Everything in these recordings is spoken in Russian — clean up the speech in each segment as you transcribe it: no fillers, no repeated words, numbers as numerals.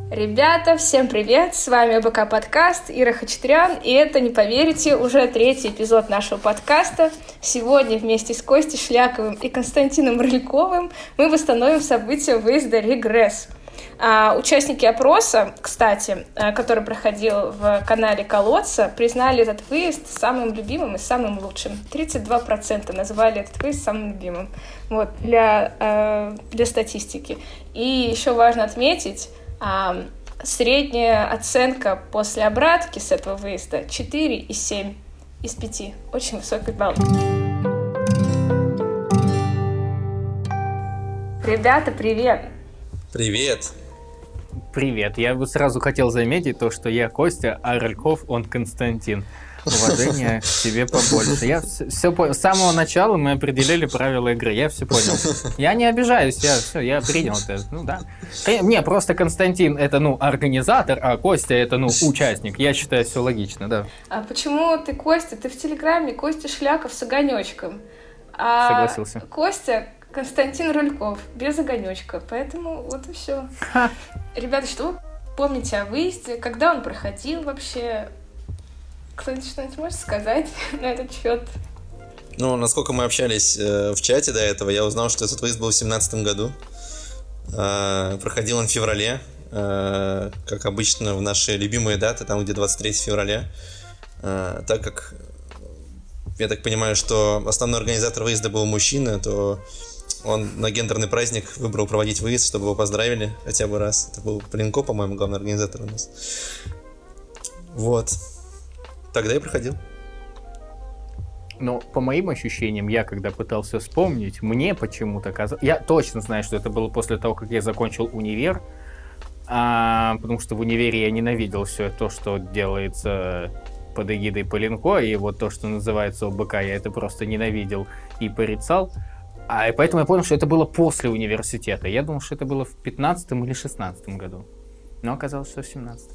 Ребята, всем привет! С вами ОБК подкаст, Ира Хачатрян, и это, не поверите, уже 3-й эпизод нашего подкаста. Сегодня вместе с Костей Шляковым и Константином Рыльковым мы восстановим события выезда «Регресс». Участники опроса, кстати, который проходил в канале Колодца, признали этот выезд самым любимым и самым лучшим. 32% назвали этот выезд самым любимым. Вот, для статистики. И еще важно отметить, средняя оценка после обратки с этого выезда 4,7 из 5. Очень высокий балл. Ребята, привет! Привет! Привет. Я бы сразу хотел заметить то, что я Костя, а Рыльков, он Константин. Уважение к себе побольше. Я все понял. С самого начала мы определили правила игры. Я все понял. Я не обижаюсь, я принял это. Ну да. Не, просто Константин это, организатор, а Костя это, участник. Я считаю, все логично, да. А почему ты Костя? Ты в Телеграме Костя Шляков с огонечком. Согласился. Костя Константин Рыльков, без огонечка. Поэтому вот и все. Ребята, что вы помните о выезде? Когда он проходил вообще? Кто-нибудь что-нибудь может сказать на этот счет? Насколько мы общались в чате до этого, я узнал, что этот выезд был в 2017 году. Проходил он в феврале. Как обычно, в наши любимые даты, там где 23 февраля. Так как, я так понимаю, что основной организатор выезда был мужчина, то он на гендерный праздник выбрал проводить выезд, чтобы его поздравили хотя бы раз. Это был Поленко, по-моему, главный организатор у нас. Вот. Тогда и проходил. Но по моим ощущениям, я когда пытался вспомнить, мне почему-то казалось... Я точно знаю, что это было после того, как я закончил универ, потому что в универе я ненавидел все то, что делается под эгидой Поленко, и вот то, что называется ОБК, я это просто ненавидел и порицал. И поэтому я понял, что это было после университета. Я думал, что это было в 15 или 16 году. Но оказалось, что в 17.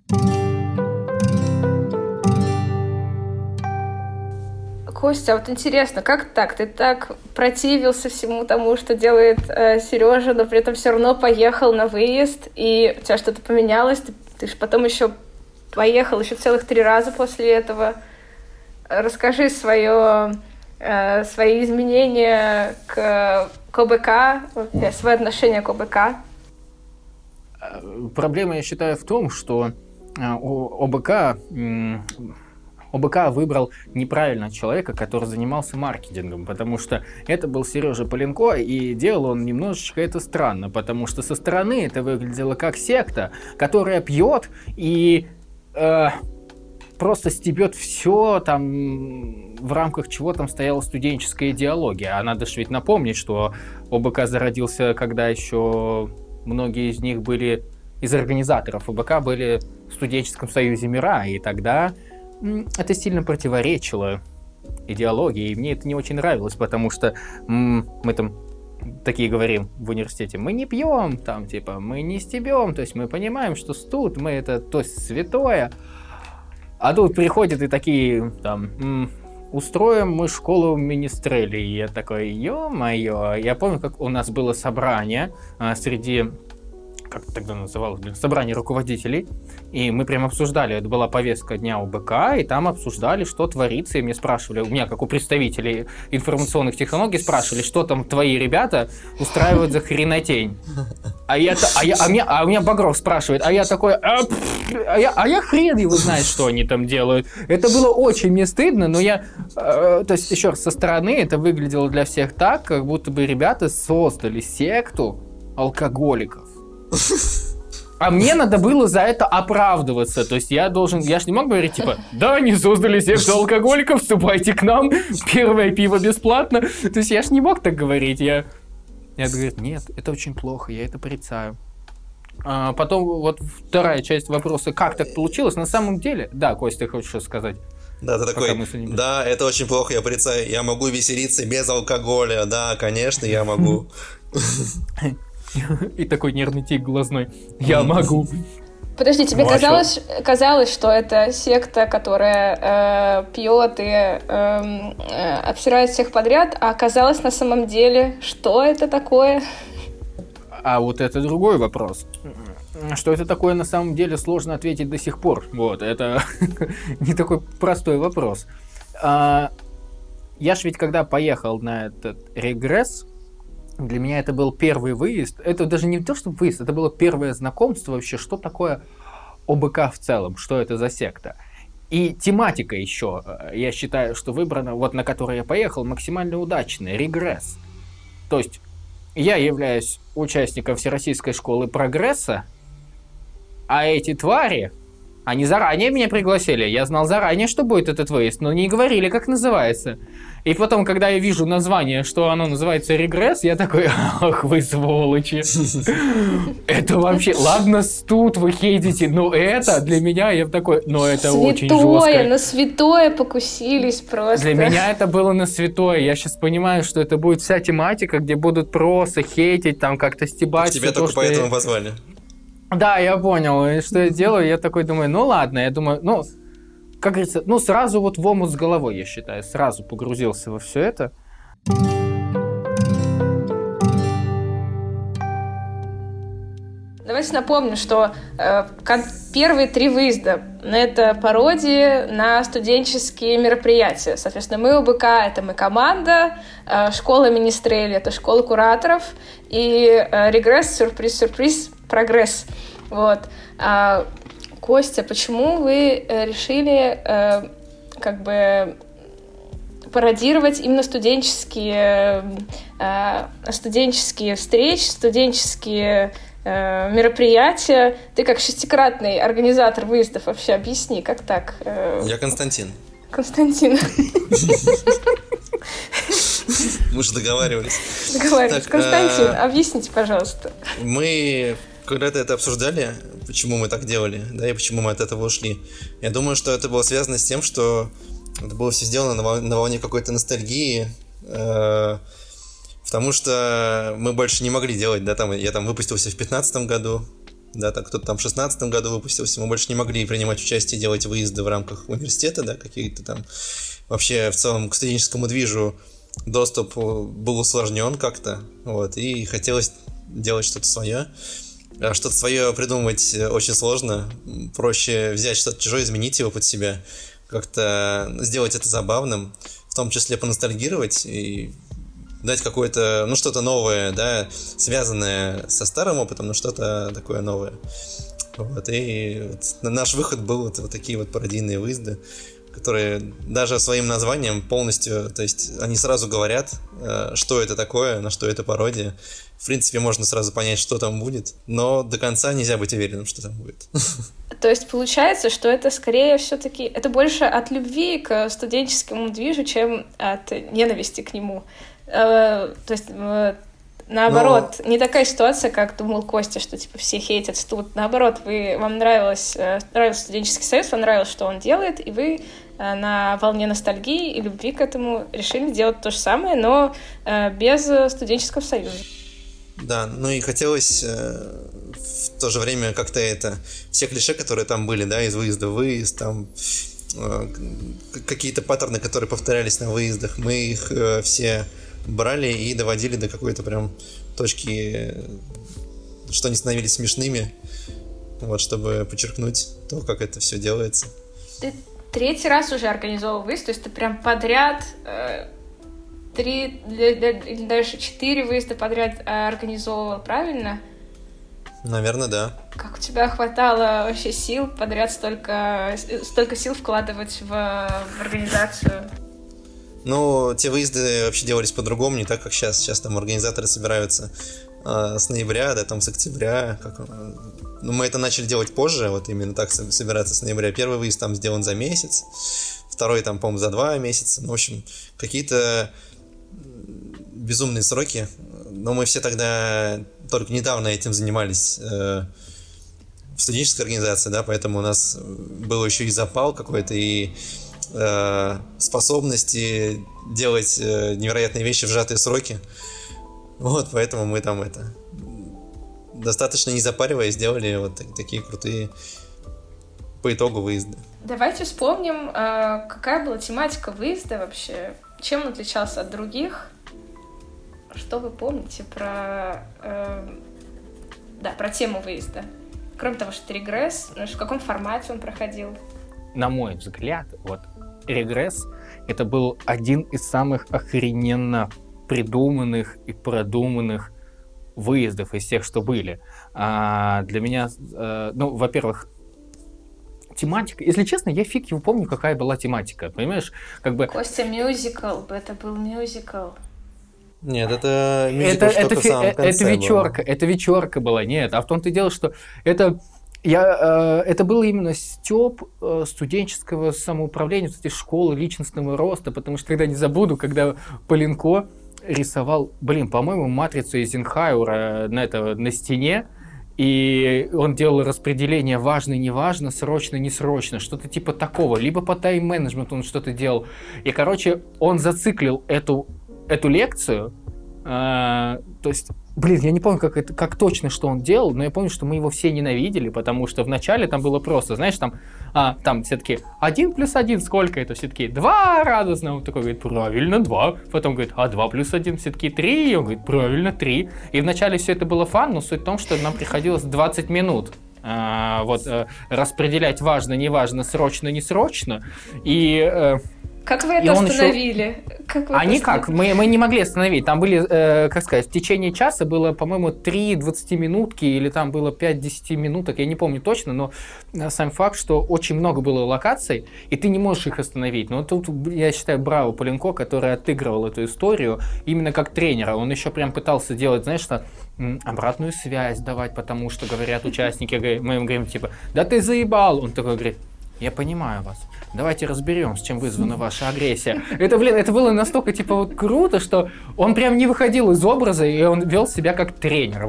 Костя, вот интересно, как так? Ты так противился всему тому, что делает Сережа, но при этом все равно поехал на выезд, и у тебя что-то поменялось, ты же потом еще поехал еще целых 3 раза после этого. Расскажи свои изменения к ОБК, свое отношение к ОБК. Проблема, я считаю, в том, что ОБК выбрал неправильно человека, который занимался маркетингом, потому что это был Сережа Поленко, и делал он немножечко это странно, потому что со стороны это выглядело как секта, которая пьет и просто стебет все, там, в рамках чего там стояла студенческая идеология. А надо же ведь напомнить, что ОБК зародился, когда еще многие из них были, из организаторов ОБК были в студенческом союзе МИРа, и тогда это сильно противоречило идеологии, и мне это не очень нравилось, потому что мы там такие говорим в университете: мы не пьем, там, типа, мы не стебем, то есть мы понимаем, что студ, мы это, то есть, святое. А тут приходят и такие, там, устроим мы школу министрелей. И я такой, ё-моё. Я помню, как у нас было собрание среди... как тогда называлось, собрание руководителей, и мы прям обсуждали, это была повестка дня ОБК, и там обсуждали, что творится, и мне спрашивали, у меня, как у представителей информационных технологий, спрашивали, что там твои ребята устраивают за хренотень. А меня Багров спрашивает, а я такой, я хрен его знает, что они там делают. Это было очень мне стыдно, но я, то есть, еще раз, со стороны это выглядело для всех так, как будто бы ребята создали секту алкоголиков. А мне надо было за это оправдываться. То есть я ж не мог говорить, типа, да, они создали секту алкоголиков, вступайте к нам, первое пиво бесплатно. То есть я ж не мог так говорить. Я говорю, нет, это очень плохо, я это порицаю. Потом вот вторая часть вопроса, как так получилось? На самом деле, да, Костя, хочешь что сказать? Да, ты такой, да, это очень плохо, я порицаю, я могу веселиться без алкоголя, да, конечно, я могу. И такой нервный тик глазной. Я могу. Подожди, тебе казалось, что это секта, которая пьет и обсирает всех подряд, а оказалось на самом деле, что это такое? А вот это другой вопрос. Что это такое, на самом деле сложно ответить до сих пор. Вот, это не такой простой вопрос. Я ж ведь когда поехал на этот регресс, для меня это был первый выезд. Это даже не то, что выезд, это было первое знакомство вообще, что такое ОБК в целом, что это за секта. И тематика еще, я считаю, что выбрана, вот на которой я поехал, максимально удачная, регресс. То есть я являюсь участником Всероссийской школы прогресса, а эти твари, они заранее меня пригласили. Я знал заранее, что будет этот выезд, но не говорили, как называется. И потом, когда я вижу название, что оно называется регресс, я такой, ах вы сволочи. Это вообще, ладно, тут вы хейтите, но это для меня, я такой, но это очень жестко. Святое, на святое покусились просто. Для меня это было на святое. Я сейчас понимаю, что это будет вся тематика, где будут просто хейтить, там как-то стебать. Тебя только поэтому позвали. Да, я понял, и что я делаю, я такой думаю, ну ладно, я думаю, ну, как говорится, ну сразу вот в омут с головой, я считаю, сразу погрузился во все это. Давайте напомним, что первые 3 выезда — это пародии на студенческие мероприятия. Соответственно, мы ОБК — это мы команда, школа Министрели — это школа кураторов, и регресс, сюрприз, прогресс. Вот. Костя, почему вы решили как бы пародировать именно студенческие встречи, студенческие мероприятия? Ты как 6-кратный организатор выездов вообще объясни, как так? Я Константин. Константин. Мы же договаривались. Константин, объясните, пожалуйста. Мы когда-то это обсуждали, почему мы так делали, да, и почему мы от этого ушли. Я думаю, что это было связано с тем, что это было все сделано на волне какой-то ностальгии, потому что мы больше не могли делать, да, там, я там выпустился в 2015 году, да, там кто-то там в 2016 году выпустился, мы больше не могли принимать участие, делать выезды в рамках университета, да, какие-то там, вообще в целом к студенческому движу доступ был усложнен как-то, вот, и хотелось делать что-то свое. А что-то свое придумывать очень сложно, проще взять что-то чужое, изменить его под себя, как-то сделать это забавным, в том числе поностальгировать и дать какое-то, ну, что-то новое, да, связанное со старым опытом, но что-то такое новое. Вот, и вот наш выход был вот такие вот пародийные выезды, которые даже своим названием полностью, то есть они сразу говорят, что это такое, на что это пародия. В принципе, можно сразу понять, что там будет, но до конца нельзя быть уверенным, что там будет. То есть получается, что это скорее все-таки, это больше от любви к студенческому движу, чем от ненависти к нему. То есть наоборот, не такая ситуация, как думал Костя, что типа все хейтят студ. Наоборот, вам нравился студенческий союз, вам нравилось, что он делает, и вы на волне ностальгии и любви к этому решили делать то же самое, но без студенческого союза. Да, ну и хотелось в то же время как-то это... Все клише, которые там были, да, из выезда в выезд, там какие-то паттерны, которые повторялись на выездах, мы их все брали и доводили до какой-то прям точки, что они становились смешными, вот, чтобы подчеркнуть то, как это все делается. Ты 3-й раз уже организовал выезд, то есть ты прям подряд... 3 или даже 4 выезда подряд организовывал, правильно? Наверное, да. Как у тебя хватало вообще сил подряд столько сил вкладывать в организацию? Ну, те выезды вообще делались по-другому, не так, как сейчас. Сейчас там организаторы собираются с ноября, да, там с октября. Ну, мы это начали делать позже, вот именно так собираться с ноября. Первый выезд там сделан за месяц, второй там, по-моему, за 2 месяца. Ну, в общем, какие-то безумные сроки, но мы все тогда только недавно этим занимались в студенческой организации, да, поэтому у нас был еще и запал какой-то, и способности делать невероятные вещи в сжатые сроки, вот, поэтому мы там достаточно не запариваясь делали вот такие крутые по итогу выезды. Давайте вспомним, какая была тематика выезда вообще, чем он отличался от других. Что вы помните про тему выезда? Кроме того, что это регресс, в каком формате он проходил? На мой взгляд, вот регресс — это был один из самых охрененно придуманных и продуманных выездов из тех, что были. Для меня, во-первых, тематика, если честно, я фиг его помню, какая была тематика, понимаешь? Костя, мюзикл, это был мюзикл. Нет, это мюзикл, что-то в самом конце это вечерка была, нет, а в том-то и дело, что это был именно стёб студенческого самоуправления, кстати, школы личностного роста, потому что когда не забуду, когда Поленко рисовал, по-моему, матрицу Эйзенхауэра на стене, и он делал распределение важно, не важно, срочно, не срочно, что-то типа такого, либо по тайм-менеджменту он что-то делал. И, короче, он зациклил эту лекцию, то есть, я не помню, как точно, что он делал, но я помню, что мы его все ненавидели, потому что вначале там было просто, знаешь, там все-таки 1 + 1 сколько это? Все-таки 2 радостно. Он такой говорит, правильно, 2. Потом говорит, 2 + 1 все-таки 3. Он говорит, правильно, 3. И вначале все это было фан, но суть в том, что нам приходилось 20 минут распределять важно, не важно, срочно, не срочно. И... Как вы это остановили? Никак, мы не могли остановить. Там были, в течение часа было, по-моему, 3 20-минутки, или там было 5 10-минуток, я не помню точно, но сам факт, что очень много было локаций, и ты не можешь их остановить. Но тут, я считаю, браво Поленко, который отыгрывал эту историю именно как тренера. Он еще прям пытался делать, знаешь, обратную связь давать, потому что говорят участники, мы им говорим, типа, да ты заебал. Он такой говорит, я понимаю вас. Давайте разберем, с чем вызвана ваша агрессия. Это было настолько, круто, что он прям не выходил из образа, и он вел себя как тренер.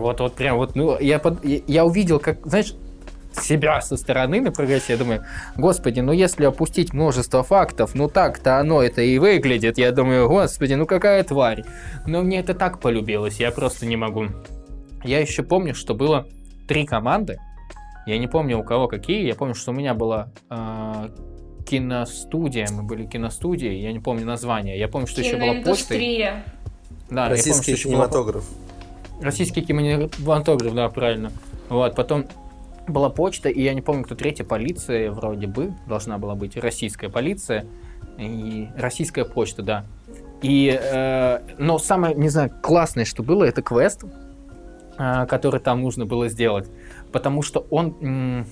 Я увидел, как, знаешь, себя со стороны на прогрессе, я думаю, господи, если опустить множество фактов, так-то оно это и выглядит. Я думаю, господи, какая тварь. Но мне это так полюбилось, я просто не могу. Я еще помню, что было 3 команды. Я не помню, у кого какие. Я помню, что у меня была киностудия. Мы были киностудией. Я не помню название. Я помню, что еще была почта. Да, российский кинематограф. Российский кинематограф, да, правильно. Потом была почта, и я не помню, кто третья, полиция вроде бы должна была быть. Российская полиция и российская почта, да. Но самое, не знаю, классное, что было, это квест, который там нужно было сделать. Потому что он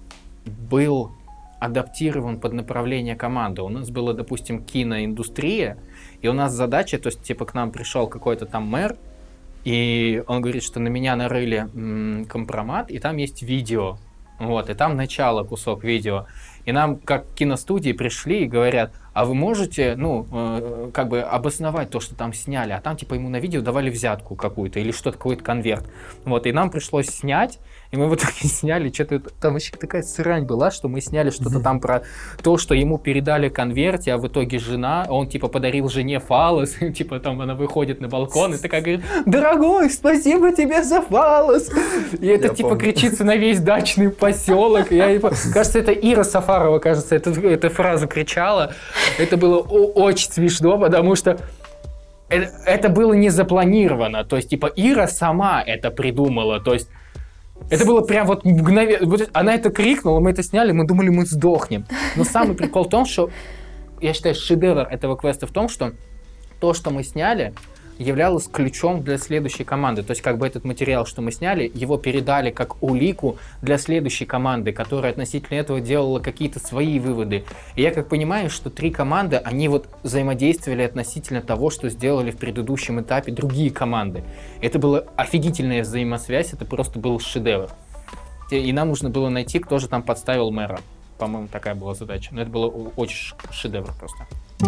был адаптирован под направление команды. У нас была, допустим, киноиндустрия, и у нас задача, то есть, к нам пришел какой-то там мэр, и он говорит, что на меня нарыли компромат, и там есть видео. И там начало кусок видео. И нам, как киностудии, пришли и говорят, а вы можете, обосновать то, что там сняли? А там, ему на видео давали взятку какую-то или что-то, какой-то конверт. И нам пришлось снять, и мы в итоге сняли, что-то там вообще такая срань была, что мы сняли что-то там про то, что ему передали конверте, а в итоге жена, он, подарил жене фалос, там она выходит на балкон и такая говорит, дорогой, спасибо тебе за фалос. И это, кричится на весь дачный поселок. Кажется, это Ира Сафарова, эту фразу кричала. Это было очень смешно, потому что это было не запланировано. То есть, Ира сама это придумала. То есть, это было прям мгновенно. Она это крикнула, мы это сняли, мы думали, мы сдохнем. Но самый прикол в том, что, я считаю, шедевр этого квеста в том, что то, что мы сняли, являлось ключом для следующей команды. То есть, этот материал, что мы сняли, его передали как улику для следующей команды, которая относительно этого делала какие-то свои выводы. И я понимаю, что 3 команды, они взаимодействовали относительно того, что сделали в предыдущем этапе другие команды. Это была офигительная взаимосвязь, это просто был шедевр. И нам нужно было найти, кто же там подставил мэра. По-моему, такая была задача. Но это было очень шедевр просто.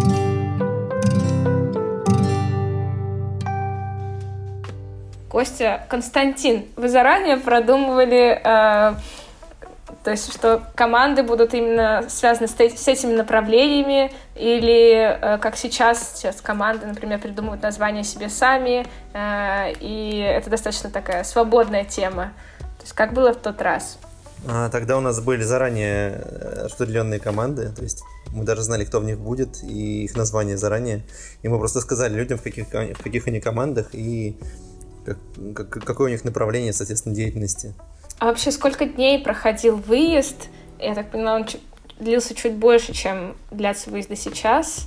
Костя, Константин, вы заранее продумывали, то есть, что команды будут именно связаны с этими направлениями, или как сейчас команды, например, придумывают названия себе сами, и это достаточно такая свободная тема. То есть, как было в тот раз? Тогда у нас были заранее распределенные команды, то есть мы даже знали, кто в них будет, и их название заранее, и мы просто сказали людям, в каких они командах, и какое у них направление, соответственно, деятельности. А вообще, сколько дней проходил выезд? Я так поняла, он длился чуть больше, чем длятся выезды сейчас.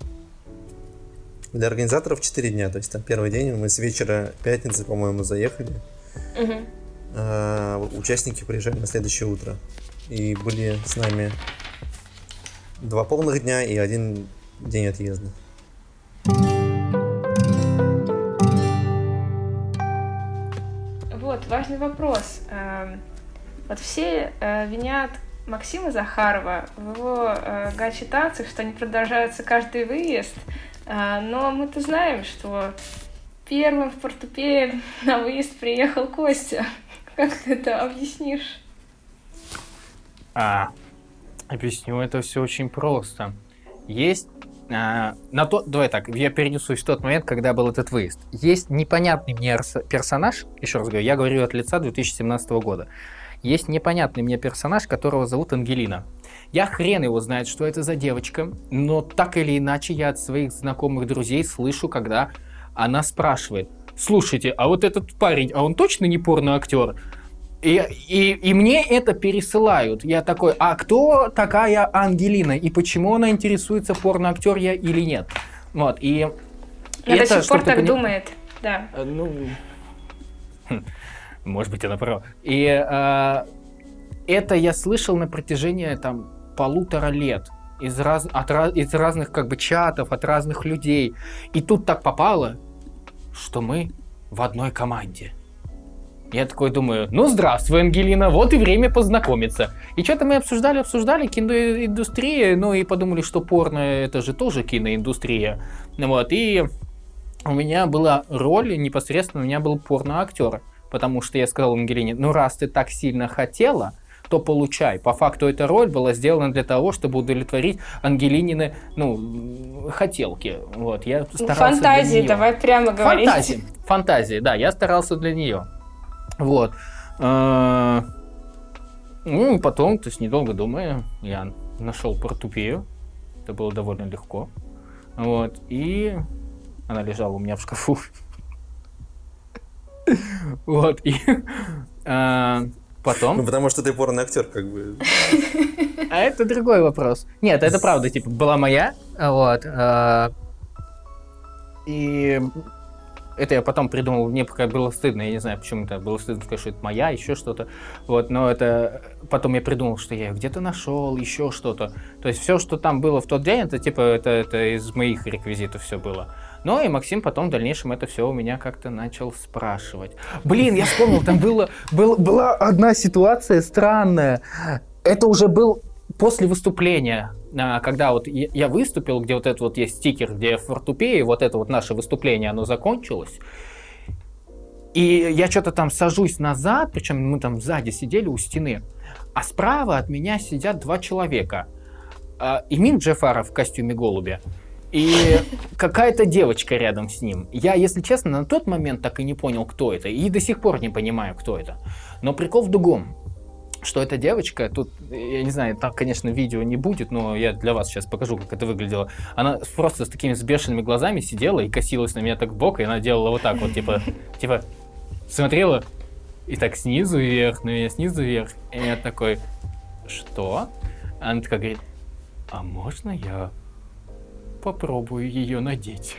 Для организаторов 4 дня, то есть там первый день мы с вечера пятницы, по-моему, заехали. Участники приезжали на следующее утро. И были с нами 2 полных дня и 1 день отъезда. Вот, важный вопрос. Вот все винят Максима Захарова в его гачи-танцах, что они продолжаются каждый выезд. Но мы-то знаем, что первым в Портупее на выезд приехал Костя. Как ты это объяснишь? Объясню, это все очень просто. Есть давай так, я перенесусь в тот момент, когда был этот выезд. Есть непонятный мне персонаж, еще раз говорю, я говорю от лица 2017 года. Есть непонятный мне персонаж, которого зовут Ангелина. Я хрен его знает, что это за девочка, но так или иначе я от своих знакомых друзей слышу, когда она спрашивает: слушайте, а вот этот парень, а он точно не порноактер? И мне это пересылают. Я такой: а кто такая Ангелина? И почему она интересуется, порноактер я или нет? Вот, и она до сих пор так думает, да. Может быть, она права. И это я слышал на протяжении там 1,5 лет из разных как бы чатов, от разных людей. И тут так попало, что мы в одной команде. Я такой думаю: ну здравствуй, Ангелина, вот и время познакомиться. И что-то мы обсуждали киноиндустрию, ну и подумали, что порно это же тоже киноиндустрия. Вот, и у меня была роль, непосредственно у меня был порноактер. Потому что я сказал Ангелине: ну раз ты так сильно хотела, то получай. По факту эта роль была сделана для того, чтобы удовлетворить Ангелинины, хотелки. Вот, я старался фантазии, для нее. Давай прямо говорить. Фантазии, да, я старался для нее. Вот. Потом, то есть недолго думая, я нашел Портупею. Это было довольно легко. Вот, и она лежала у меня в шкафу. Вот, и потом... потому что ты порно-актер, как бы. А это другой вопрос. Нет, это правда, типа, была моя, вот. И это я потом придумал, мне пока было стыдно, я не знаю, почему это было стыдно сказать, что это моя, еще что-то. Вот, но это... Потом я придумал, что я ее где-то нашел, еще что-то. То есть все, что там было в тот день, это типа, это из моих реквизитов все было. Ну и Максим потом в дальнейшем это все у меня как-то начал спрашивать. Блин, я вспомнил, там была одна ситуация странная. Это уже был после выступления, когда вот я выступил, где вот этот вот есть стикер, где в Портупее, вот это вот наше выступление, оно закончилось. И я что-то там сажусь назад, причем мы там сзади сидели у стены, а справа от меня сидят 2 человека. Эмин Джафаров в костюме голубя и какая-то девочка рядом с ним. Я, если честно, на тот момент так и не понял, кто это, и до сих пор не понимаю, кто это. Но прикол в другом, что эта девочка, тут, я не знаю, так, конечно, видео не будет, но я для вас сейчас покажу, как это выглядело. Она просто с такими бешеными глазами сидела и косилась на меня так в бок, и она делала вот так вот, типа смотрела, и так снизу вверх, на меня снизу вверх. И я такой: что? Она такая говорит: а можно я попробую ее надеть?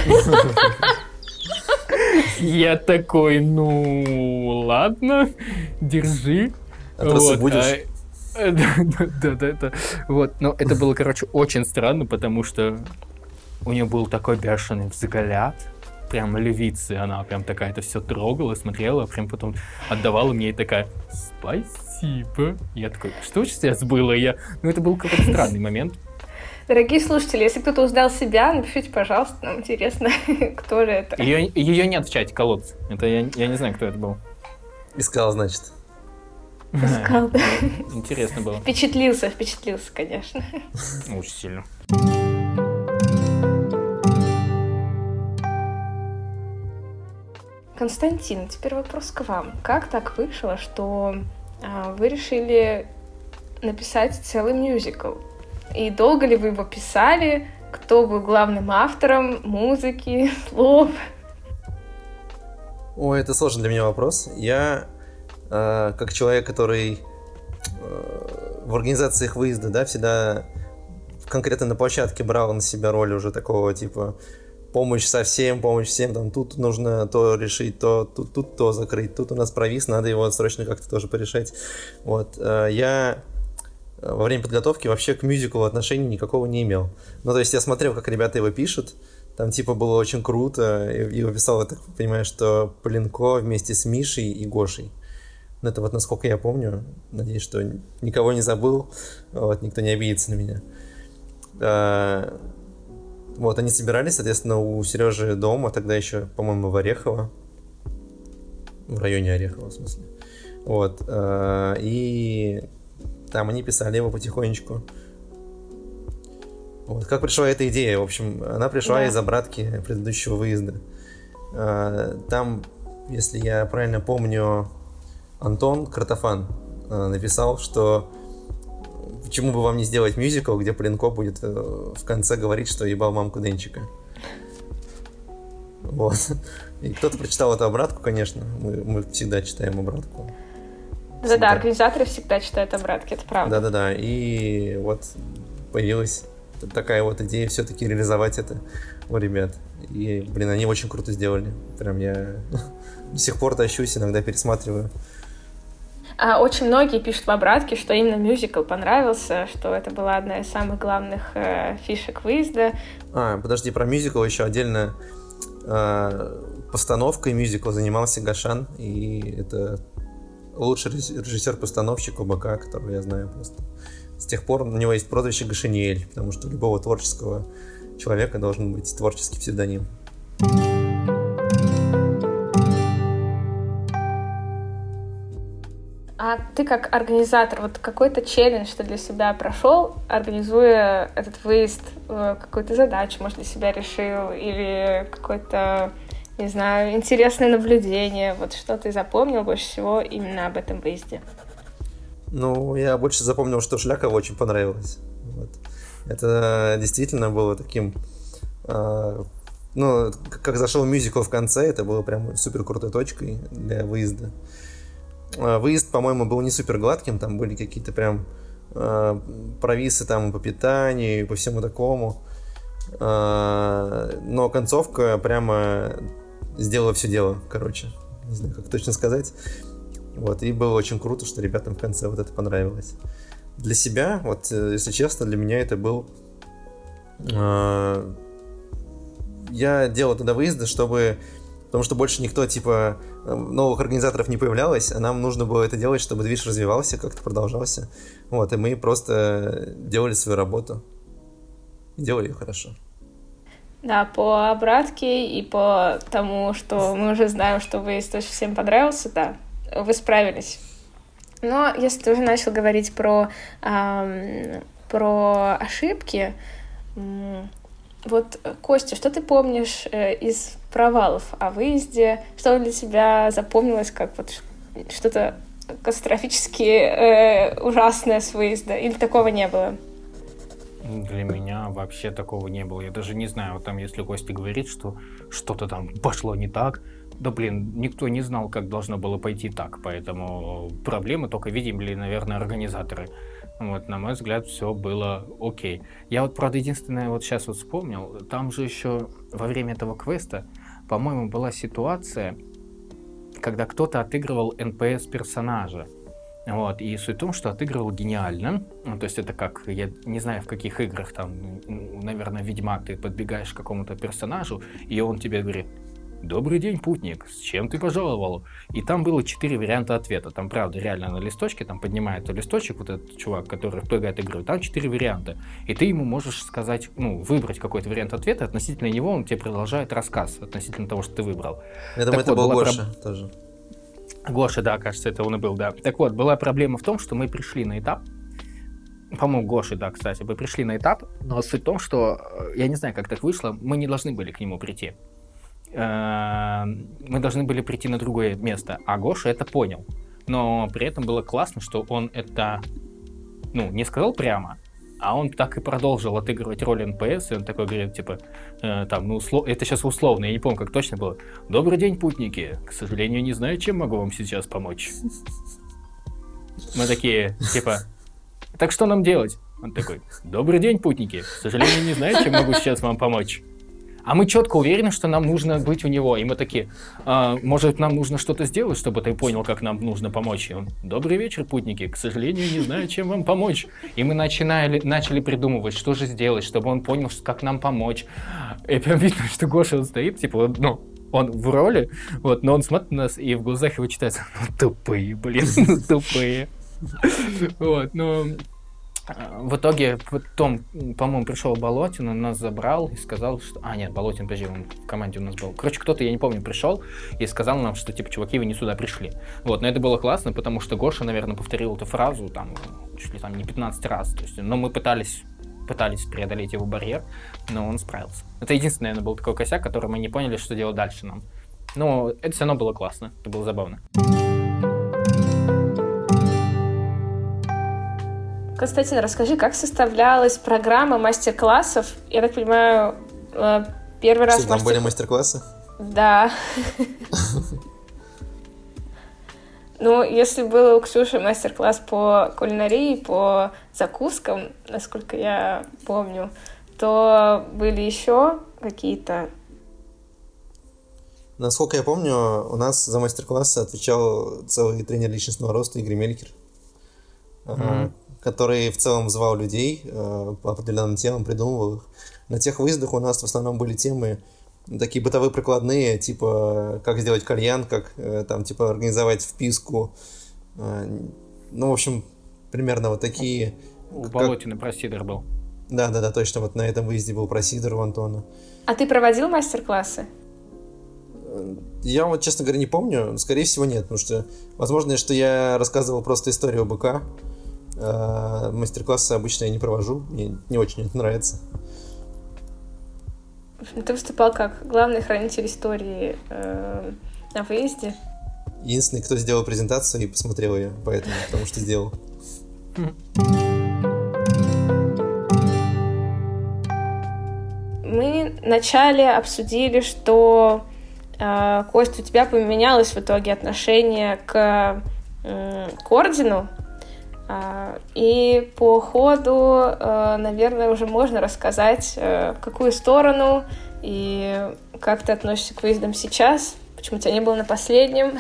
Я такой: ну ладно, держи. А трусы будешь? Да. Вот, но это было, короче, очень странно, потому что у нее был такой бешеный взгляд, прям львицы, она прям такая это все трогала, смотрела, прям потом отдавала мне и такая: спасибо. Я такой: что сейчас было? Ну это был какой-то странный момент. Дорогие слушатели, если кто-то узнал себя, напишите, пожалуйста, нам интересно, кто же это. Ее нет в чате, колодцы. Это я не знаю, кто это был. Искал, значит. Искал, да. Интересно было. Впечатлился, конечно. Очень сильно. Константин, теперь вопрос к вам. Как так вышло, что вы решили написать целый мюзикл? И долго ли вы его писали? Кто был главным автором музыки, слов? Ой, это сложный для меня вопрос. Я как человек, который в организациях выезда, да, всегда конкретно на площадке брал на себя роль уже такого типа помощь всем, там тут нужно то решить, тут то закрыть, тут у нас провис, надо его срочно как-то тоже порешать. Вот. Я во время подготовки вообще к мюзиклу отношения никакого не имел. Ну, то есть я смотрел, как ребята его пишут, там типа было очень круто, и описал, я так понимаю, что Поленко вместе с Мишей и Гошей. Ну, это вот насколько я помню, надеюсь, что никого не забыл, вот, никто не обидится на меня. Вот, они собирались, соответственно, у Сережи дома, тогда еще, по-моему, в Орехово. В районе Орехова, в смысле. Вот. И там они писали его потихонечку. Вот. Как пришла эта идея? В общем, она пришла из обратки предыдущего выезда. Там, если я правильно помню, Антон Картофан написал, что почему бы вам не сделать мюзикл, где Поленко будет в конце говорить, что ебал мамку Денчика. Вот. И кто-то прочитал эту обратку, конечно. Мы всегда читаем обратку. Да-да, организаторы всегда читают обратки, это правда. Да-да-да. И вот появилась такая вот идея все-таки реализовать это у ребят. И, блин, они очень круто сделали. Прям я до сих пор тащусь, иногда пересматриваю. Очень многие пишут в обратке, что именно мюзикл понравился, что это была одна из самых главных фишек выезда. Подожди, про мюзикл еще отдельно. Постановкой мюзикла занимался Гошан, и это лучший режиссер-постановщик ОБК, которого я знаю просто. С тех пор у него есть прозвище Гошаниэль, потому что у любого творческого человека должен быть творческий псевдоним. А ты как организатор, вот какой-то челлендж ты для себя прошел, организуя этот выезд, какую-то задачу, может, для себя решил, или какое-то, не знаю, интересное наблюдение, вот что ты запомнил больше всего именно об этом выезде? Ну, я больше запомнил, что Шлякову очень понравилось. Вот. Это действительно было таким... ну, как зашел мюзикл в конце, это было прям супер крутой точкой для выезда. Выезд, по-моему, был не супер гладким, там были какие-то прям провисы там по питанию и по всему такому. Но концовка прямо сделала все дело, короче. Не знаю, как точно сказать. Вот, и было очень круто, что ребятам в конце вот это понравилось. Для себя, вот, если честно, для меня это был... Я делал тогда выезды, потому что больше никто, типа, новых организаторов не появлялось, а нам нужно было это делать, чтобы движ развивался, как-то продолжался. Вот, и мы просто делали свою работу. И делали ее хорошо. Да, по обратке и по тому, что мы уже знаем, что выезд очень всем понравился, да, вы справились. Но если ты уже начал говорить про ошибки, вот, Костя, что ты помнишь из провалов о выезде? Что для тебя запомнилось как вот что-то катастрофически ужасное с выезда? Или такого не было? Для меня вообще такого не было. Я даже не знаю, вот там, если Костя говорит, что что-то там пошло не так, да блин, никто не знал, как должно было пойти так, поэтому проблемы только видели, наверное, организаторы. Вот, на мой взгляд, все было окей. Я вот, правда, единственное, вот сейчас вот вспомнил, там же еще во время этого квеста, по-моему, была ситуация, когда кто-то отыгрывал НПС-персонажа. Вот, и суть в том, что отыгрывал гениально. Ну, то есть это как, я не знаю, в каких играх, там, наверное, Ведьмак, ты подбегаешь к какому-то персонажу, и он тебе говорит: «Добрый день, путник, с чем ты пожаловал?» И там было 4 варианта ответа. Там, правда, реально на листочке, там поднимается листочек, вот этот чувак, который впрягает игру, там 4 варианта. И ты ему можешь сказать, ну, выбрать какой-то вариант ответа, относительно него он тебе продолжает рассказ, относительно того, что ты выбрал. Я думаю, это был Гоша тоже. Гоша, да, кажется, это он и был, да. Так вот, была проблема в том, что мы пришли на этап, по-моему, Гоши, да, кстати, мы пришли на этап, но суть в том, что, я не знаю, как так вышло, мы не должны были к нему прийти. Мы должны были прийти на другое место, а Гоша это понял. Но при этом было классно, что он это, ну, не сказал прямо, А он так и продолжил отыгрывать роль НПС, и он такой говорит, типа, это сейчас условно, я не помню, как точно было. «Добрый день, путники. К сожалению, не знаю, чем могу вам сейчас помочь». Мы такие, типа, «Так что нам делать?» Он такой, «Добрый день, путники. К сожалению, не знаю, чем могу сейчас вам помочь». А мы четко уверены, что нам нужно быть у него. И мы такие, может, нам нужно что-то сделать, чтобы ты понял, как нам нужно помочь. И он, «Добрый вечер, путники. К сожалению, не знаю, чем вам помочь». И мы начали придумывать, что же сделать, чтобы он понял, как нам помочь. И прям видно, что Гоша, он стоит, типа, он в роли, вот, но он смотрит на нас, и в глазах его читается, тупые, блин, тупые. Вот, в итоге потом, по-моему, пришел Болотин, он нас забрал и сказал, что... нет, Болотин, подожди, он в команде у нас был. Короче, кто-то, я не помню, пришел и сказал нам, что, типа, чуваки, вы не сюда пришли. Вот, но это было классно, потому что Гоша, наверное, повторил эту фразу, там, чуть ли там не 15 раз. То есть, но мы пытались преодолеть его барьер, но он справился. Это единственный, наверное, был такой косяк, который мы не поняли, что делать дальше нам. Но это все равно было классно, это было забавно. Константин, расскажи, как составлялась программа мастер-классов? Я так понимаю, первый раз... Что, там были мастер-классы? Да. Если был у Ксюши мастер-класс по кулинарии, по закускам, насколько я помню, то были еще какие-то... Насколько я помню, у нас за мастер-классы отвечал целый тренер личностного роста Игорь Мелькер, который в целом звал людей по определенным темам, придумывал их. На тех выездах у нас в основном были темы такие бытовые прикладные, типа как сделать кальян, как там типа организовать вписку. В общем, примерно вот такие. У Болотина про сидр был. Да, точно. Вот на этом выезде был про сидр у Антона. А ты проводил мастер-классы? Я вот, честно говоря, не помню. Скорее всего, нет, потому что, возможно, что я рассказывал просто историю БК. Мастер-классы обычно я не провожу. Мне не очень это нравится. Ты выступал как главный хранитель истории на выезде? Единственный, кто сделал презентацию и посмотрел ее, поэтому, потому что сделал. Мы вначале обсудили, что, Костя, у тебя поменялось в итоге отношение к ордену. И по ходу, наверное, уже можно рассказать, в какую сторону и как ты относишься к выездам сейчас, почему тебя не было на последнем.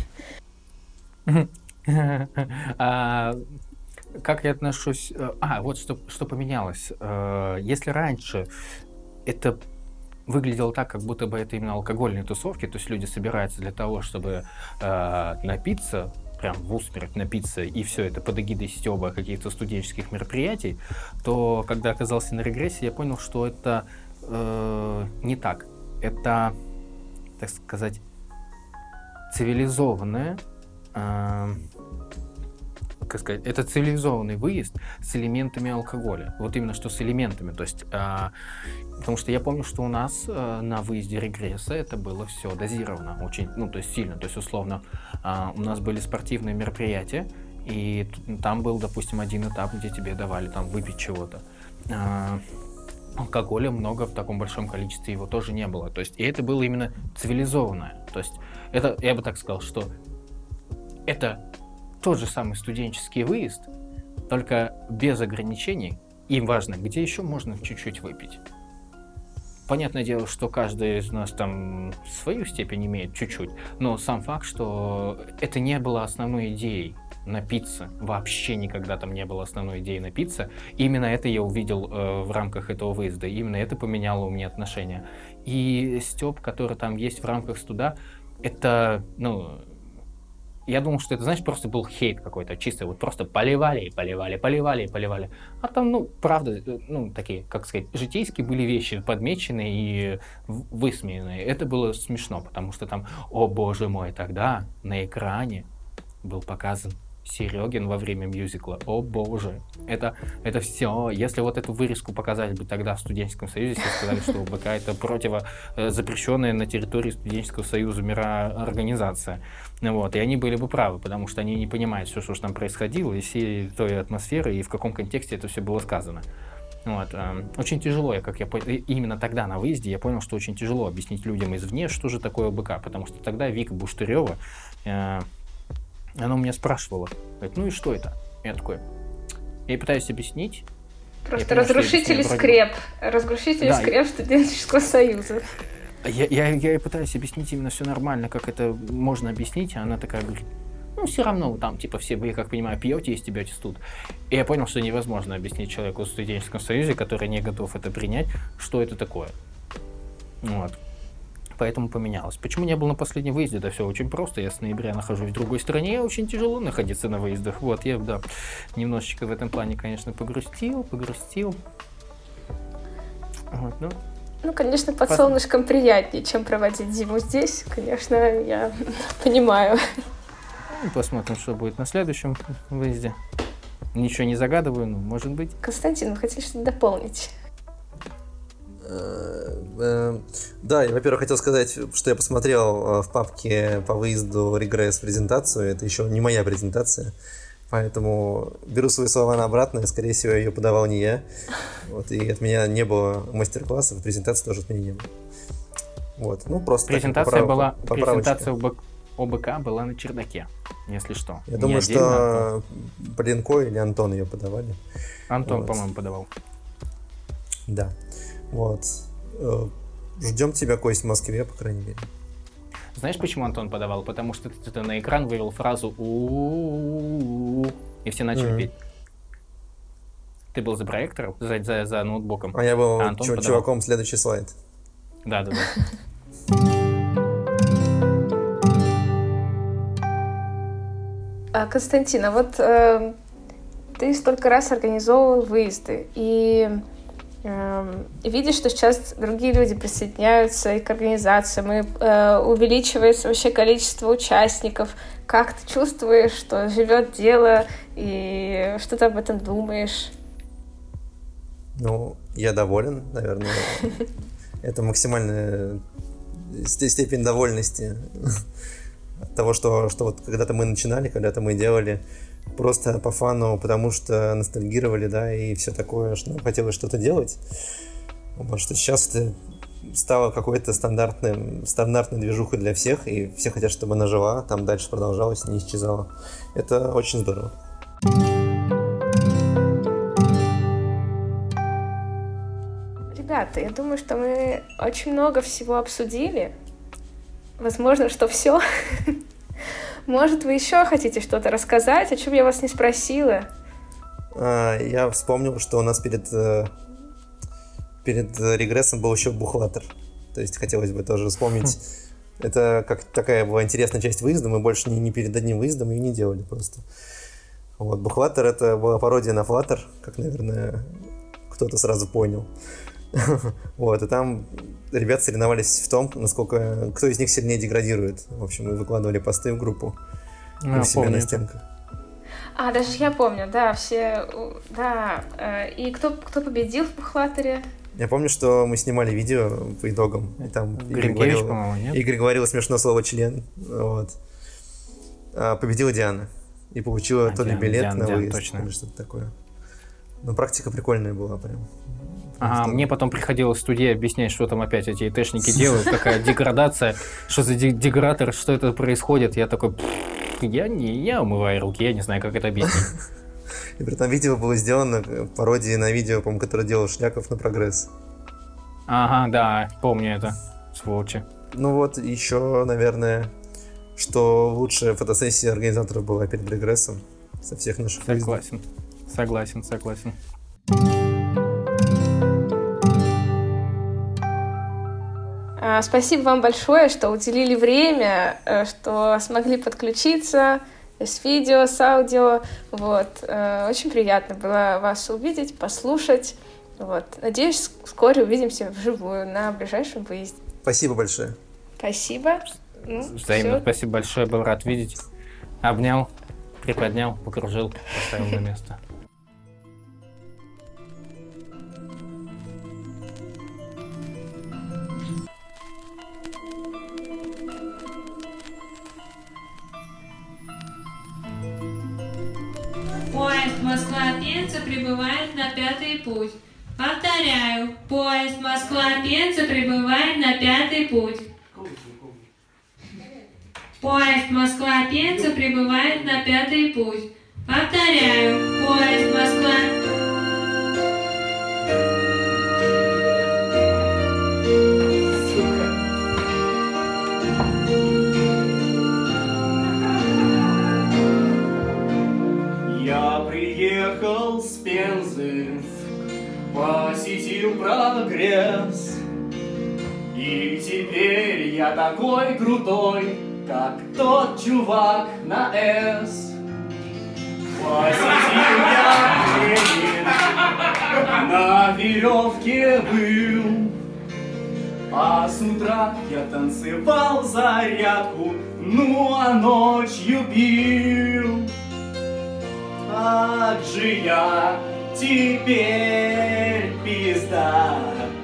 Как я отношусь... вот что поменялось. Если раньше это выглядело так, как будто бы это именно алкогольные тусовки, то есть люди собираются для того, чтобы напиться, прям в усмерть напиться, и все это под эгидой стёба каких-то студенческих мероприятий, то когда оказался на регрессе, я понял, что это не так. Это, так сказать, цивилизованное, это цивилизованный выезд с элементами алкоголя. Вот именно что с элементами. То есть, потому что я помню, что у нас на выезде регресса это было все дозировано, очень, то есть сильно. То есть, условно, у нас были спортивные мероприятия, и там был, допустим, один этап, где тебе давали там выпить чего-то. Алкоголя много в таком большом количестве его тоже не было. То есть, и это было именно цивилизованное. То есть, это, я бы так сказал, что это тот же самый студенческий выезд, только без ограничений. Им важно, где еще можно чуть-чуть выпить. Понятное дело, что каждый из нас там свою степень имеет чуть-чуть, но сам факт, что это не было основной идеей напиться, вообще никогда там не было основной идеей напиться. Именно это я увидел в рамках этого выезда, именно это поменяло у меня отношения. И стёб, который там есть в рамках студа, это, я думал, что это, знаешь, просто был хейт какой-то, чисто вот просто поливали. А там, правда, такие, как сказать, житейские были вещи подмечены и высмеяны. Это было смешно, потому что там, о боже мой, тогда на экране был показан Серегин во время мюзикла. О боже. Это все. Если вот эту вырезку показали бы тогда в студенческом союзе, все сказали, что ОБК это запрещенная на территории студенческого союза мира организация. Вот. И они были бы правы, потому что они не понимают все, что там происходило, и всей той атмосферы, и в каком контексте это все было сказано. Вот. Очень тяжело, именно тогда на выезде я понял, что очень тяжело объяснить людям извне, что же такое ОБК, потому что тогда Вика Буштырева, она у меня спрашивала, говорит, ну и что это? Я такой, я пытаюсь объяснить. Просто разрушители скреп студенческого союза. Я пытаюсь объяснить именно все нормально, как это можно объяснить, а она такая говорит, ну все равно там типа все, вы, как понимаю, пьете и стебетесь тут. И я понял, что невозможно объяснить человеку в студенческом союзе, который не готов это принять, что это такое. Вот. Поэтому поменялось. Почему не был на последнем выезде? Да все очень просто. Я с ноября нахожусь в другой стране, очень тяжело находиться на выездах. Вот, я, да, немножечко в этом плане, конечно, погрустил. Вот, ну, конечно, под солнышком приятнее, чем проводить зиму здесь. Конечно, я понимаю. Посмотрим, что будет на следующем выезде. Ничего не загадываю, но может быть. Константин, вы хотели что-то дополнить? Да, я, во-первых, хотел сказать, что я посмотрел в папке по выезду регресс презентацию. Это еще не моя презентация, поэтому беру свои слова на обратно, и, скорее всего, ее подавал не я. Вот, и от меня не было мастер-классов, презентации тоже от меня не было. Вот, ну просто презентация ОБК была на чердаке, если что. Я думаю, что Поленко или Антон ее подавали. Антон, вот. По-моему, подавал. Да. Вот. Ждем тебя, Кость, в Москве, по крайней мере. Знаешь, почему Антон подавал? Потому что ты на экран вывел фразу «у-у-у-у», и все начали петь. Ты был за проектором, за ноутбуком. А я был чуваком, следующий слайд. Да. Константин, а вот ты столько раз организовывал выезды, и видишь, что сейчас другие люди присоединяются и к организациям, и увеличивается вообще количество участников. Как ты чувствуешь, что живет дело, и что ты об этом думаешь? Ну, я доволен, наверное. Это максимальная степень довольности от того, что вот когда-то мы начинали, когда-то мы делали просто по фану, потому что ностальгировали, да, и все такое, что нам хотелось что-то делать. Вот, что сейчас это стало какой-то стандартной движухой для всех, и все хотят, чтобы она жила, там дальше продолжалась, не исчезала. Это очень здорово. Ребята, я думаю, что мы очень много всего обсудили. Возможно, что все. Может, вы еще хотите что-то рассказать, о чем я вас не спросила? Я вспомнил, что у нас перед регрессом был еще бухлатер. То есть хотелось бы тоже вспомнить. Это как такая была интересная часть выезда. Мы больше не перед одним выездом ее не делали просто. Вот, бухлатер — это была пародия на Flutter, как, наверное, кто-то сразу понял. Вот, и там ребята соревновались в том, насколько кто из них сильнее деградирует. В общем, мы выкладывали посты в группу у себя на стенках. Даже я помню, да, все, да. И кто победил в бухлатере? Я помню, что мы снимали видео по итогам, и там Игорь говорил смешное слово «член». Вот. Победила Диана и получила то ли билет на выезд, или что-то такое. Но практика прикольная была прям. Мне потом приходилось в студии объяснять, что там опять эти ИТшники делают, какая деградация, что за деградатор, что это происходит. Я такой, я умываю руки, я не знаю, как это объяснить. И при этом видео было сделано пародией на видео, по-моему, которое делал Шляков на «Прогресс». Ага, да, помню это, сволочи. Ну вот, еще, наверное, что лучшая фотосессия организаторов была перед регрессом со всех наших выездов. Согласен. Спасибо вам большое, что уделили время, что смогли подключиться с видео, с аудио. Вот. Очень приятно было вас увидеть, послушать. Вот. Надеюсь, вскоре увидимся вживую на ближайшем выезде. Спасибо большое. Спасибо. Взаимно спасибо большое, был рад видеть. Обнял. Приподнял, покружил, поставил на место. Поезд Москва-Пенза прибывает на 5-й путь. Повторяю, поезд Москва-Пенза прибывает на 5-й путь. Поезд Москва-Пенза прибывает на 5-й путь. Повторяю, поезд Москва... Я приехал с Пензы, посетил прогресс, и теперь я такой крутой, как тот чувак на «С». Посетил я Ленин, на веревке был, а с утра я танцевал зарядку, ну а ночью пил. Как же я теперь пизда,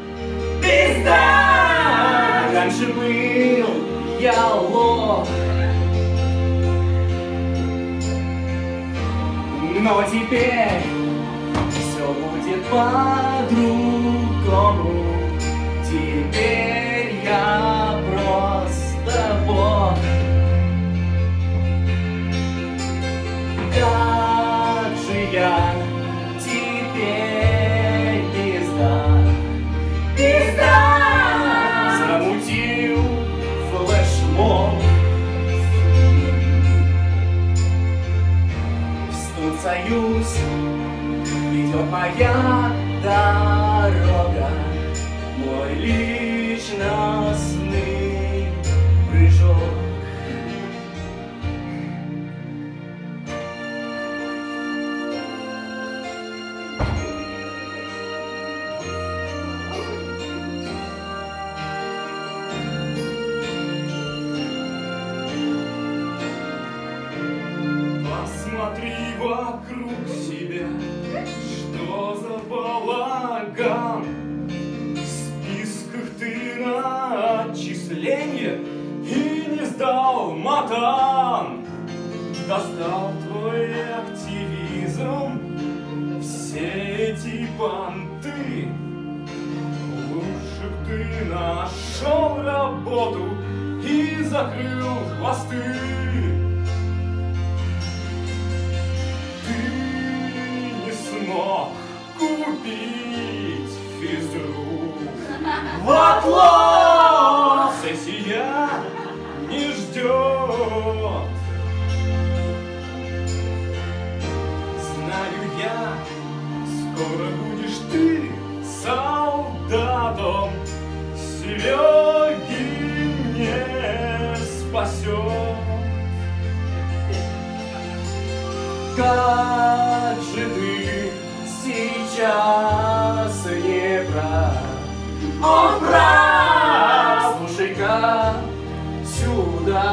пизда! Раньше был я лох, но теперь все будет по-другому. Теперь я просто бог. Как же я теперь пизда, пизда! Замутил флешмоб, в студсоюз ведет моя дорога, мой личностный прыжок. Посмотри вокруг себя, что за балаган. В списках ты на отчисление и не сдал матан. Достал твой активизм, все эти понты. Лучше б ты нашел работу и закрыл хвосты. Смог купить физрук. Вот лох, сессия не ждет. Знаю я, скоро будешь ты солдатом. Серегин не спасет. Как же ты сейчас не прав? Он прав! Слушай-ка сюда.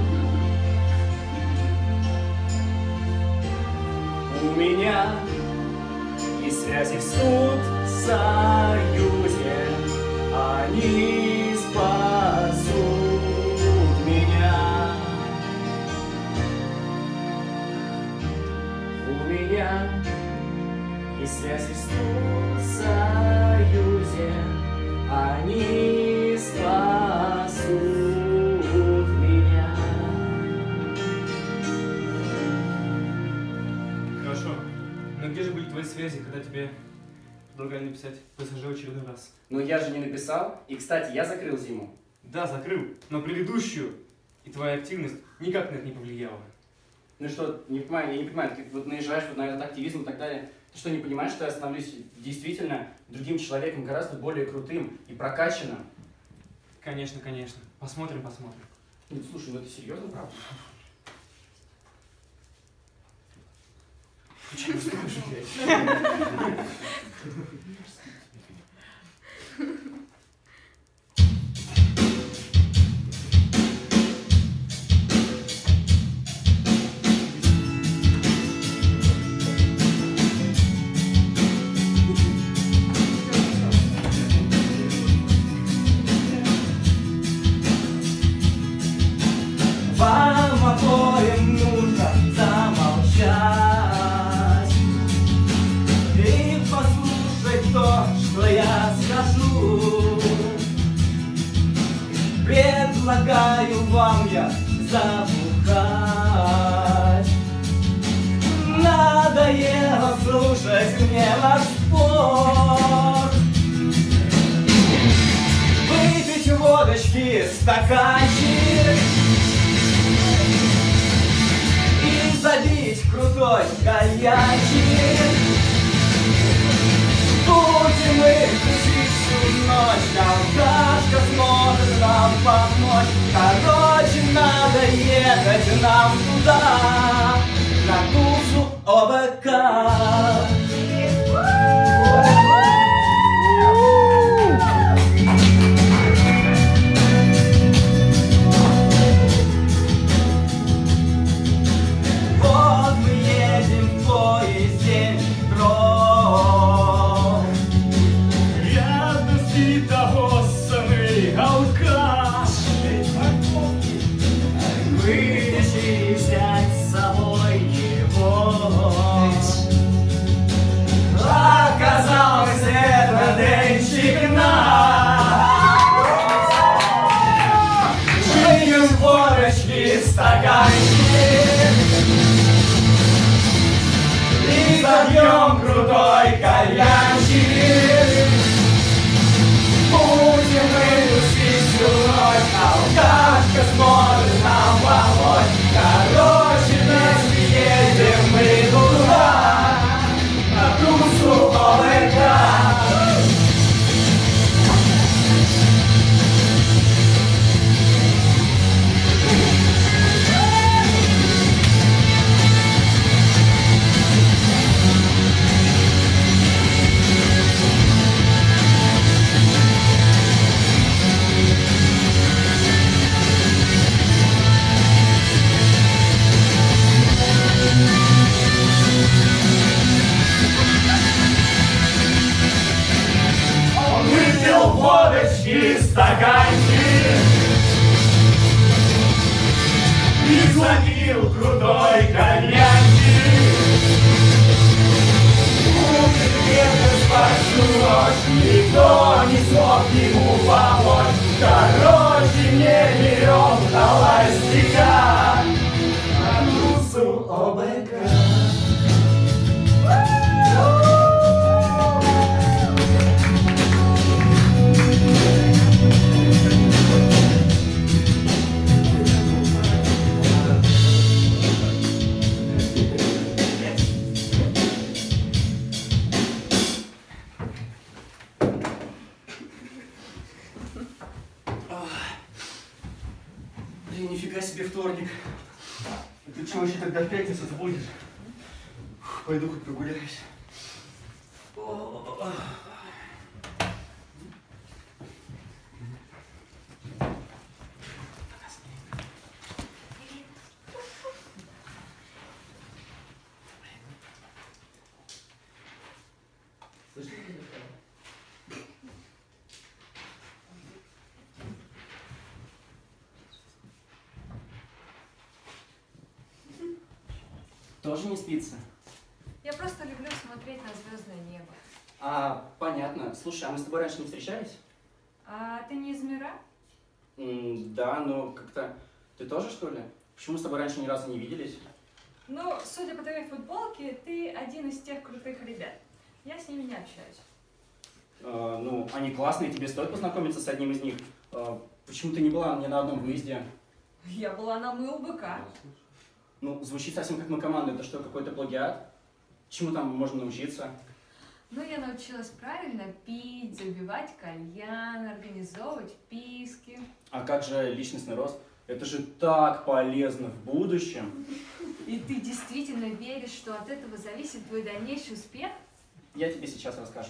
У меня есть связи в студсоюзе, они спасут меня. У меня есть связи в студсоюзе, они спасут меня. Хорошо. Но где же были твои связи, когда тебе предлагали написать ПСЖ в очередной раз? Но я же не написал. И, кстати, я закрыл зиму. Да, закрыл, но предыдущую и твоя активность никак на это не повлияла. Ну что, не понимаю, я не понимаю, ты вот наезжаешь вот на этот активизм и так далее. Ты что, не понимаешь, что я становлюсь действительно другим человеком, гораздо более крутым и прокачанным? Конечно, конечно. Посмотрим, посмотрим. Ну, слушай, ну это серьезно, правда? Почему скажешь, блядь? наш спор. Выпить водочки стаканчик и забить крутой кальянчик. Будем мы тусить всю ночь, алкашка сможет нам помочь. Короче, надо ехать нам туда, на тусу ОБК. Вот мы едем в поезде метро. Рядом спит обоссанный алкаш. Мы решили взять с собой его. Оказалось, это денчик наш. Жуем водочки стаканчик и забьем крутой кальянчик. Будем мы тусить всю ночь, алкашка сможет нам помочь. Короче, вместе едем мы туда, на тусу ОБК. Он выпил водочки стаканчик и забил крутой кальянчик. Будет где-то спать всю ночь, никто не смог ему помочь. Короче, не берем холостяка на тусу ОБК. Блин, нифига себе вторник. Ты чего еще тогда в пятницу будешь? Пойду хоть прогуляюсь. Тоже не спится? Я просто люблю смотреть на звездное небо. Понятно. Слушай, а мы с тобой раньше не встречались? А ты не из мира? Да, но как-то... Ты тоже, что ли? Почему мы с тобой раньше ни разу не виделись? Ну, судя по твоей футболке, ты один из тех крутых ребят. Я с ними не общаюсь. Ну, они классные, тебе стоит познакомиться с одним из них. Почему ты не была ни на одном выезде? Я была на МЛБК. Ну, звучит совсем как на команду. Это что, какой-то плагиат? Чему там можно научиться? Ну, я научилась правильно пить, забивать кальян, организовывать вписки. А как же личностный рост? Это же так полезно в будущем. И ты действительно веришь, что от этого зависит твой дальнейший успех? Я тебе сейчас расскажу.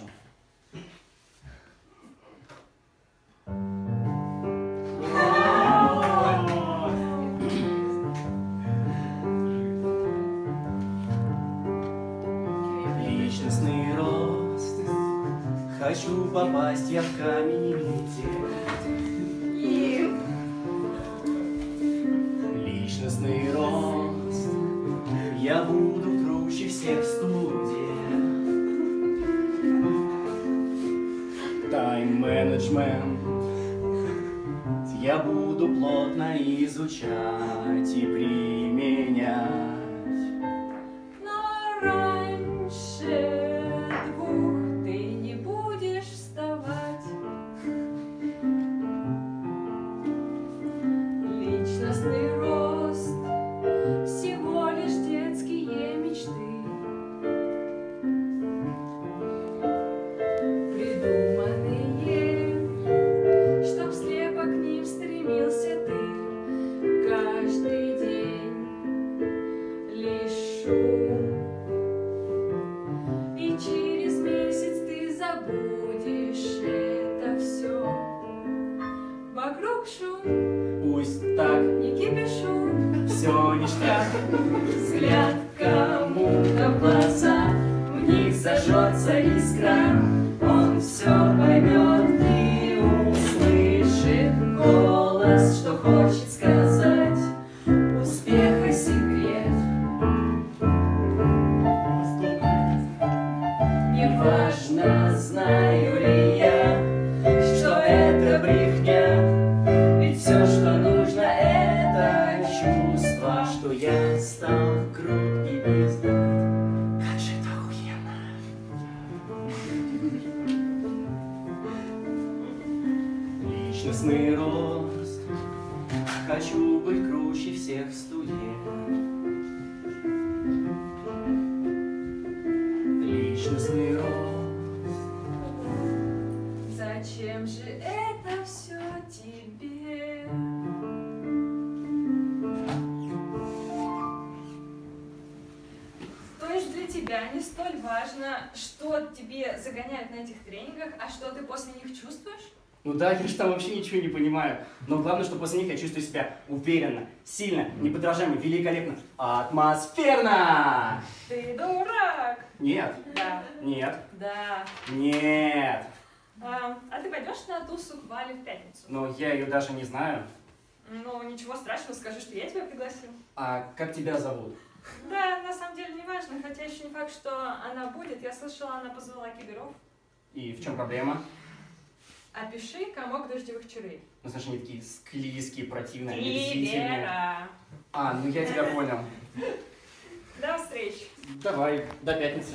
Личностный рост. Хочу попасть я в комитет. Личностный рост. Я буду круче всех в студии. Тайм-менеджмент я буду плотно изучать и применять. Но раньше 2 все ништяк. Взгляд кому-то в глаза, в них зажжется искра. Он все поймет и услышит голос, что хочет сказать. Успеха секрет. Неважно, знаю ли я, что это брехня. Ведь все, что нужно, это чувство, что я стал крут и бездарен. Как же это охуенно! Личностный рост. Хочу быть круче всех в студии. Личностный рост. Зачем же это все тебе? То есть для тебя не столь важно, что тебе загоняют на этих тренингах, а что ты после них чувствуешь? Ну да, я же там вообще ничего не понимаю. Но главное, что после них я чувствую себя уверенно, сильно, неподражаемо, великолепно, атмосферно! Ты дурак! Нет. Да. Нет. Да. Нет. А ты пойдешь на тусу к Вале в пятницу? Но я ее даже не знаю. Ну, ничего страшного, скажи, что я тебя пригласил. А как тебя зовут? Да, на самом деле не важно, хотя еще не факт, что она будет. Я слышала, она позвала киберов. И в чем проблема? Опиши комок дождевых червей. Ну, знаешь, они такие склизкие, противные, омерзительные. Кибера! А, ну я тебя понял. До встречи! Давай, до пятницы.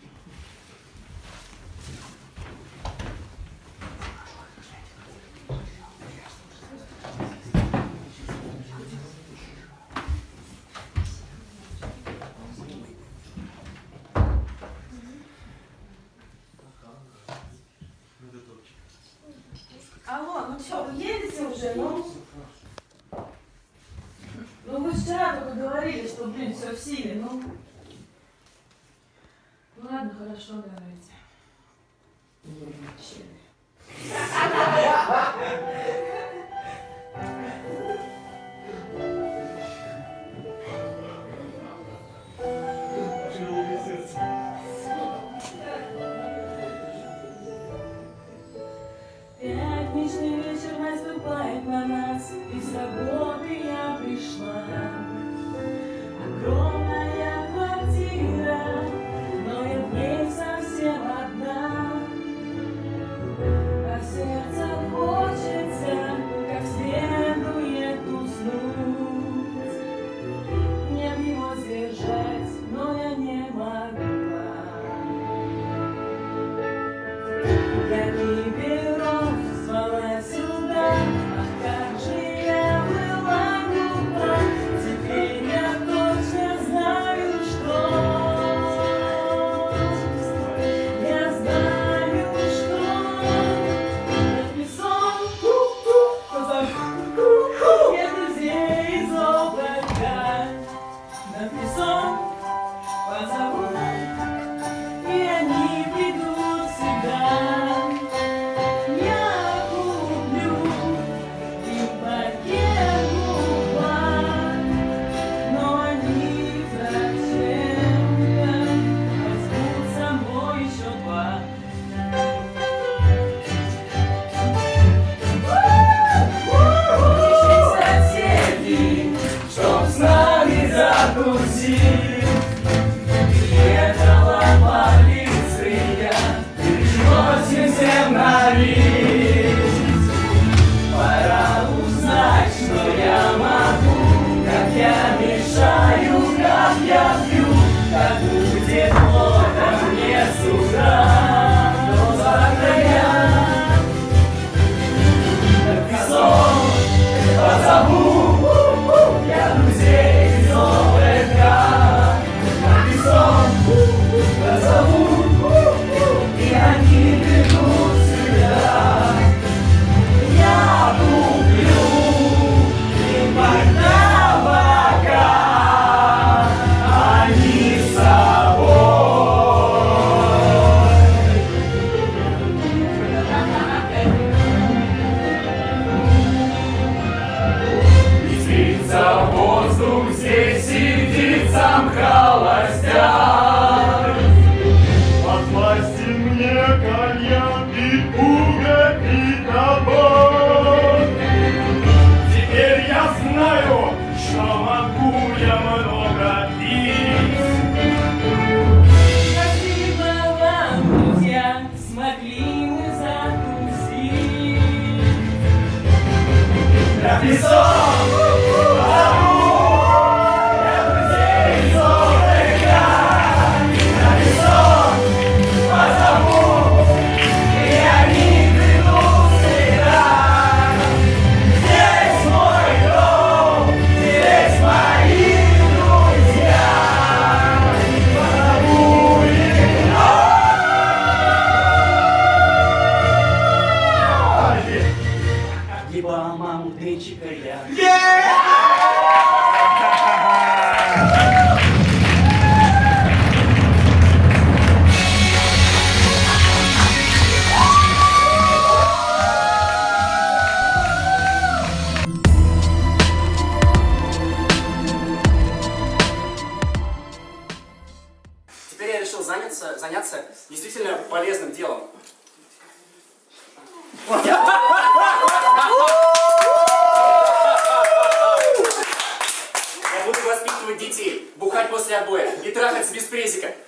Алло, ну что, вы едете уже, ну? Ну вы вчера только говорили, что, блин, все в силе, ну. Ладно, хорошо, говорите. Пятничный вечер наступает на нас, и с работы я пришла. Огромная квартира, но я в ней совсем одна. А сердце хочется, как следует уснуть. Мне б его сдержать, но я не могла. Я киберов звала сюда, ах, как же я была глупа. Теперь я точно знаю, что я знаю, что над песок позову я друзей из облака. Над песок позову, и они придут всегда. Я куплю им пакет губа, но они зачем-то возьмут с собой еще два. Ищи соседей, чтоб с нами затусить. Приехала полиция, пришлось всем налить. Пора узнать, что я могу, как я мешаю, как я пью, как будет плохо мне с утра. Но завтра я на песок позову я друзей из ОВК. заняться действительно полезным делом. Я буду воспитывать детей, бухать после обоя и трахаться без презика.